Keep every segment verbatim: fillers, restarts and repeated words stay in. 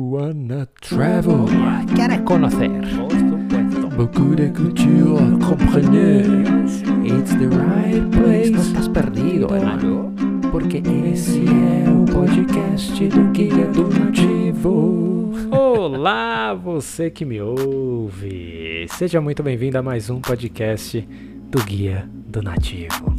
wanna travel. ¿Quieres conocer? Beaucoup de culture, comprenez. It's the right place. No estás perdido, hermano. Porque esse é o podcast do Guia do Nativo. Olá, você que me ouve. Seja muito bem-vindo a mais um podcast do Guia do Nativo.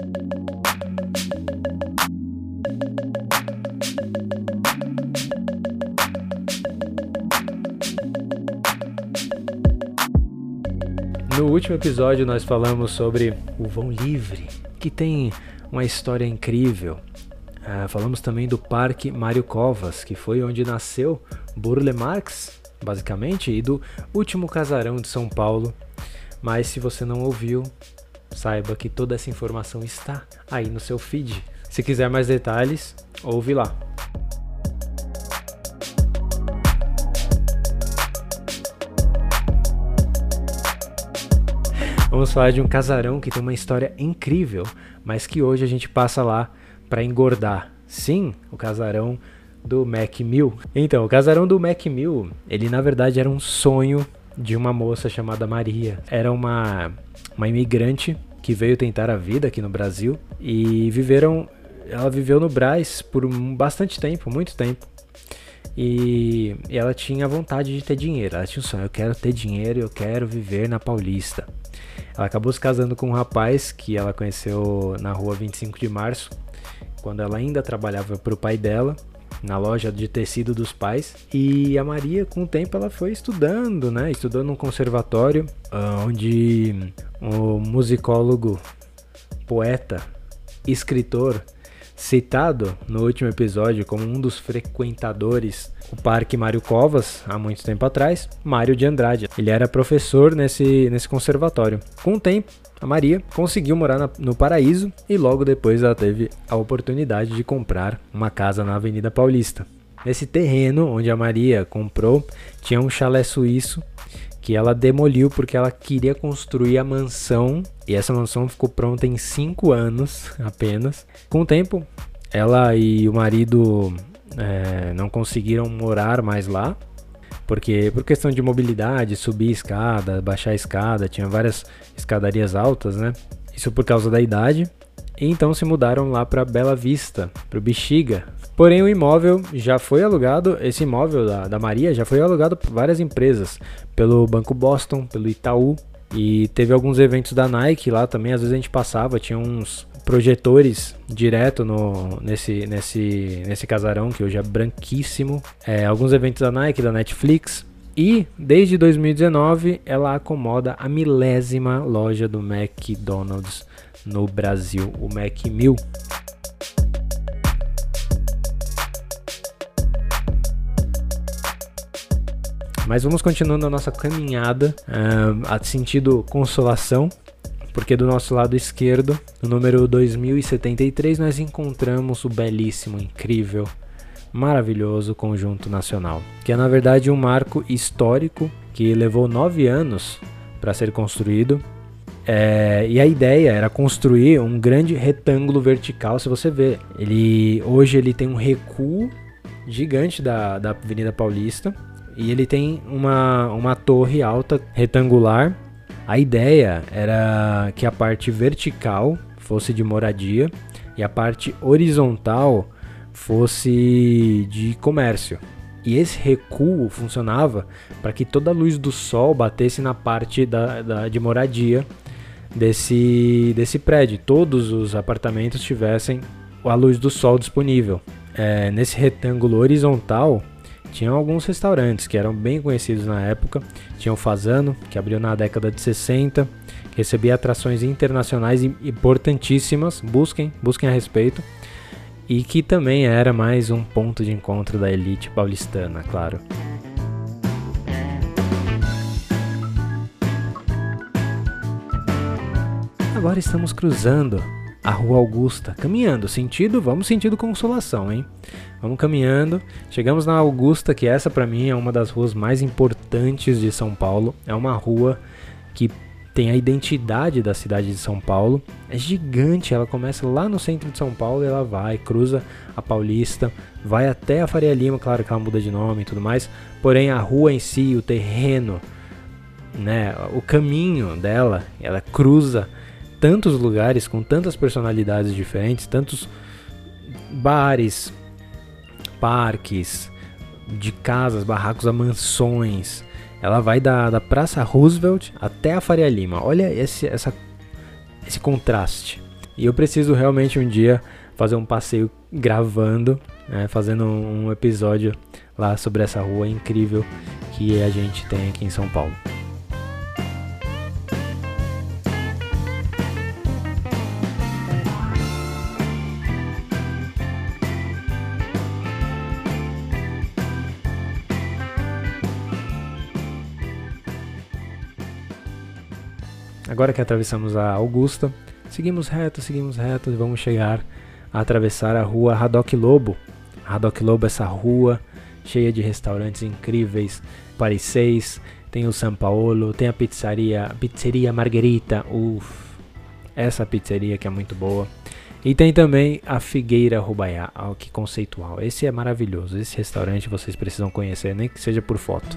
No último episódio nós falamos sobre o vão livre, que tem uma história incrível. Uh, falamos também do Parque Mário Covas, que foi onde nasceu Burle Marx, basicamente, e do último casarão de São Paulo. Mas se você não ouviu, saiba que toda essa informação está aí no seu feed. Se quiser mais detalhes, ouve lá. Vamos falar de um casarão que tem uma história incrível, mas que hoje a gente passa lá para engordar. Sim, o casarão do Macmill. Então, o casarão do Macmill, ele na verdade era um sonho de uma moça chamada Maria. Era uma, uma imigrante que veio tentar a vida aqui no Brasil e viveram, ela viveu no Brás por um, bastante tempo, muito tempo. E, e ela tinha vontade de ter dinheiro. Ela tinha um sonho: eu quero ter dinheiro, eu quero viver na Paulista. Ela acabou se casando com um rapaz que ela conheceu na rua vinte e cinco de março, quando ela ainda trabalhava para o pai dela, na loja de tecido dos pais. E a Maria, com o tempo, ela foi estudando, né? Estudou num conservatório, onde o musicólogo, poeta, escritor, citado no último episódio como um dos frequentadores o Parque Mário Covas, há muito tempo atrás, Mário de Andrade. Ele era professor nesse, nesse conservatório. Com o tempo, a Maria conseguiu morar na, no Paraíso e logo depois ela teve a oportunidade de comprar uma casa na Avenida Paulista. Nesse terreno onde a Maria comprou, tinha um chalé suíço que ela demoliu porque ela queria construir a mansão, e essa mansão ficou pronta em cinco anos apenas. Com o tempo, ela e o marido é, não conseguiram morar mais lá, porque por questão de mobilidade, subir escada, baixar escada, tinha várias escadarias altas, né? Isso por causa da idade. E então se mudaram lá para Bela Vista, para o Bexiga. Porém, o imóvel já foi alugado, esse imóvel da, da Maria já foi alugado por várias empresas, pelo Banco Boston, pelo Itaú, e teve alguns eventos da Nike lá também. Às vezes a gente passava, tinha uns projetores direto no, nesse, nesse, nesse casarão, que hoje é branquíssimo, é, alguns eventos da Nike, da Netflix, e desde dois mil e dezenove ela acomoda a milésima loja do McDonald's no Brasil, o Macmill. Mas vamos continuando a nossa caminhada uh, a sentido consolação, porque do nosso lado esquerdo, no número dois mil e setenta e três, nós encontramos o belíssimo, incrível, maravilhoso Conjunto Nacional, que é na verdade um marco histórico que levou nove anos para ser construído. É, e a ideia era construir um grande retângulo vertical. Se você ver, ele, hoje ele tem um recuo gigante da, da Avenida Paulista, e ele tem uma, uma torre alta retangular. A ideia era que a parte vertical fosse de moradia e a parte horizontal fosse de comércio. E esse recuo funcionava para que toda a luz do sol batesse na parte da, da, de moradia desse, desse prédio. Todos os apartamentos tivessem a luz do sol disponível. É, nesse retângulo horizontal, tinham alguns restaurantes que eram bem conhecidos na época. Tinha o Fazano, que abriu na década de sessenta, que recebia atrações internacionais importantíssimas, busquem, busquem a respeito, e que também era mais um ponto de encontro da elite paulistana, claro. Agora estamos cruzando a Rua Augusta, caminhando, sentido, vamos sentido Consolação, hein? Vamos caminhando, chegamos na Augusta, que essa pra mim é uma das ruas mais importantes de São Paulo. É uma rua que tem a identidade da cidade de São Paulo. É gigante, ela começa lá no centro de São Paulo e ela vai, cruza a Paulista, vai até a Faria Lima, claro que ela muda de nome e tudo mais, porém a rua em si, o terreno, né, o caminho dela, ela cruza tantos lugares com tantas personalidades diferentes, tantos bares, parques, de casas, barracos a mansões. Ela vai da, da Praça Roosevelt até a Faria Lima. Olha esse, essa, esse contraste. E eu preciso realmente um dia fazer um passeio gravando, né, fazendo um, um episódio lá sobre essa rua incrível que a gente tem aqui em São Paulo. Agora que atravessamos a Augusta, seguimos reto, seguimos reto e vamos chegar a atravessar a rua Haddock Lobo. Haddock Lobo é essa rua cheia de restaurantes incríveis, Paris seis, tem o San Paolo, tem a pizzaria, pizzeria Margherita, uff, essa pizzeria que é muito boa. E tem também a Figueira Rubaiá, oh, que conceitual, esse é maravilhoso, esse restaurante vocês precisam conhecer, nem que seja por foto.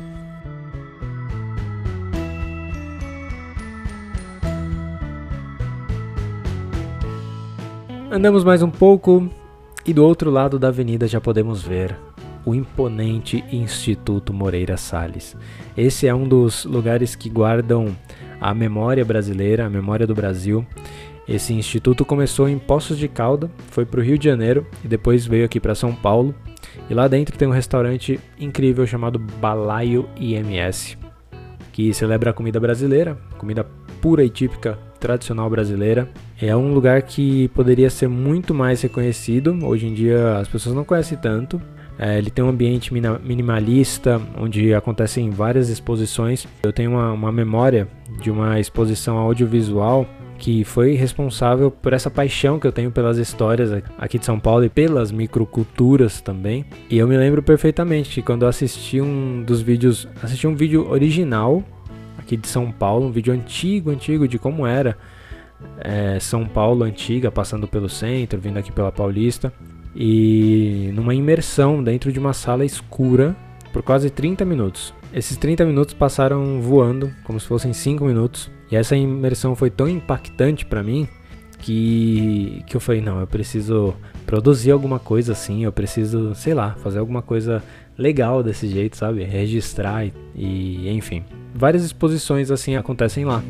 Andamos mais um pouco e do outro lado da avenida já podemos ver o imponente Instituto Moreira Salles. Esse é um dos lugares que guardam a memória brasileira, a memória do Brasil. Esse instituto começou em Poços de Caldas, foi para o Rio de Janeiro e depois veio aqui para São Paulo. E lá dentro tem um restaurante incrível chamado Balaio I M S, que celebra a comida brasileira, comida pura e típica tradicional brasileira. É um lugar que poderia ser muito mais reconhecido. Hoje em dia as pessoas não conhecem tanto. É, ele tem um ambiente minimalista, onde acontecem várias exposições. Eu tenho uma, uma memória de uma exposição audiovisual que foi responsável por essa paixão que eu tenho pelas histórias aqui de São Paulo e pelas microculturas também. E eu me lembro perfeitamente que quando eu assisti um dos vídeos, assisti um vídeo original aqui de São Paulo, um vídeo antigo, antigo de como era é, São Paulo antiga, passando pelo centro, vindo aqui pela Paulista, e numa imersão dentro de uma sala escura por quase trinta minutos. Esses trinta minutos passaram voando, como se fossem cinco minutos, e essa imersão foi tão impactante pra mim que, que eu falei, não, eu preciso produzir alguma coisa assim, eu preciso, sei lá, fazer alguma coisa legal desse jeito, sabe? Registrar e, e enfim. Várias exposições assim acontecem lá.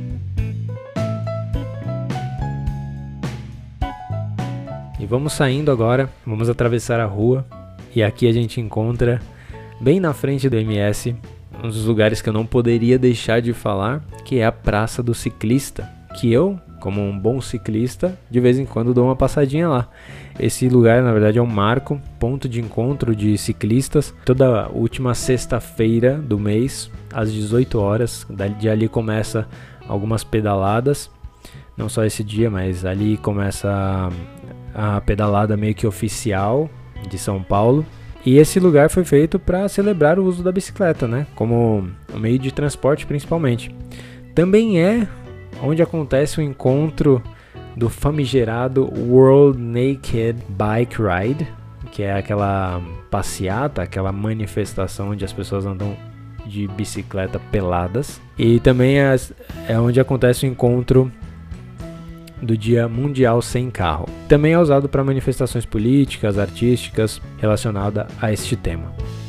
E vamos saindo agora, vamos atravessar a rua e aqui a gente encontra, bem na frente do M S, um dos lugares que eu não poderia deixar de falar, que é a Praça do Ciclista, que eu, como um bom ciclista, de vez em quando dou uma passadinha lá. Esse lugar, na verdade, é um marco, ponto de encontro de ciclistas. Toda última sexta-feira do mês, às dezoito horas, de ali começa algumas pedaladas. Não só esse dia, mas ali começa a pedalada meio que oficial de São Paulo. E esse lugar foi feito para celebrar o uso da bicicleta, né? Como um meio de transporte principalmente. Também é onde acontece o encontro do famigerado World Naked Bike Ride, que é aquela passeata, aquela manifestação onde as pessoas andam de bicicleta peladas. E também é, é onde acontece o encontro do Dia Mundial Sem Carro. Também é usado para manifestações políticas, artísticas relacionadas a este tema.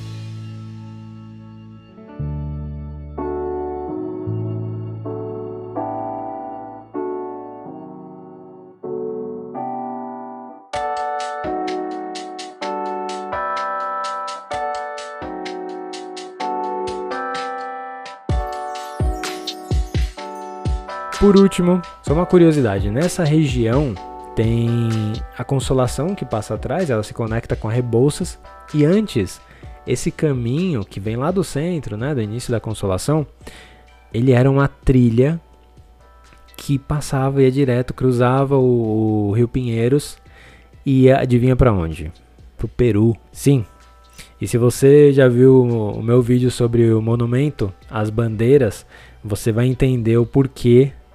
Por último, só uma curiosidade, nessa região tem a Consolação que passa atrás, ela se conecta com a Rebouças, e antes, esse caminho que vem lá do centro, né, do início da Consolação, ele era uma trilha que passava, ia direto, cruzava o, o Rio Pinheiros e ia, adivinha para onde? Pro Peru, sim. E se você já viu o meu vídeo sobre o monumento, as bandeiras, você vai entender o porquê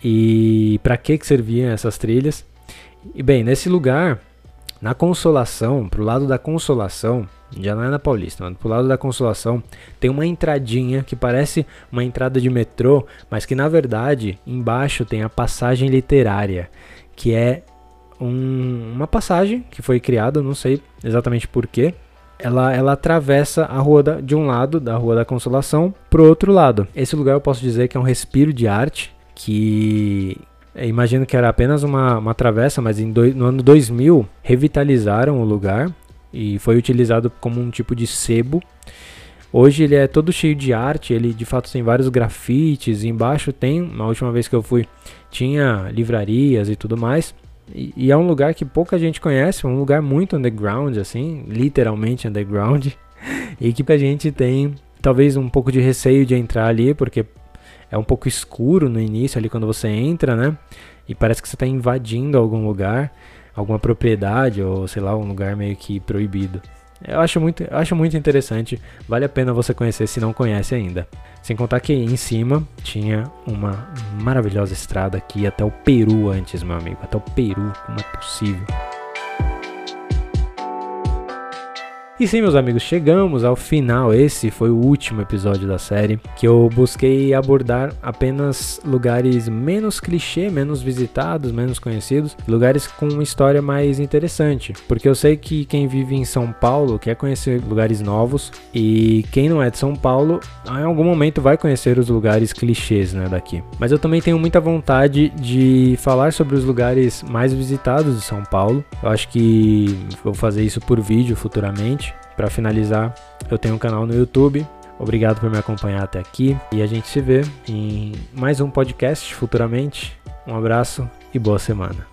e para que que serviam essas trilhas. E bem, nesse lugar, na Consolação, pro lado da Consolação, já não é na Paulista, mas pro lado da Consolação, tem uma entradinha que parece uma entrada de metrô, mas que na verdade embaixo tem a passagem literária, que é um, uma passagem que foi criada, não sei exatamente porquê. Ela, ela atravessa a rua da, de um lado da Rua da Consolação pro outro lado. Esse lugar eu posso dizer que é um respiro de arte, que eu imagino que era apenas uma, uma travessa, mas em do, no ano dois mil revitalizaram o lugar e foi utilizado como um tipo de sebo. Hoje ele é todo cheio de arte, ele de fato tem vários grafites, embaixo tem, na última vez que eu fui, tinha livrarias e tudo mais. E, e é um lugar que pouca gente conhece, um lugar muito underground, assim, literalmente underground, e que a gente tem talvez um pouco de receio de entrar ali, porque é um pouco escuro no início ali quando você entra, né? E parece que você está invadindo algum lugar, alguma propriedade ou sei lá, um lugar meio que proibido. Eu acho muito, eu acho muito interessante, vale a pena você conhecer se não conhece ainda. Sem contar que em cima tinha uma maravilhosa estrada que ia até o Peru antes, meu amigo. Até o Peru, como é possível? E sim, meus amigos, chegamos ao final. Esse foi o último episódio da série, que eu busquei abordar apenas lugares menos clichê, menos visitados, menos conhecidos, lugares com uma história mais interessante, porque eu sei que quem vive em São Paulo quer conhecer lugares novos, e quem não é de São Paulo, em algum momento vai conhecer os lugares clichês, né, daqui. Mas eu também tenho muita vontade de falar sobre os lugares mais visitados de São Paulo. Eu acho que vou fazer isso por vídeo futuramente. Para finalizar, eu tenho um canal no YouTube. Obrigado por me acompanhar até aqui. E a gente se vê em mais um podcast futuramente. Um abraço e boa semana.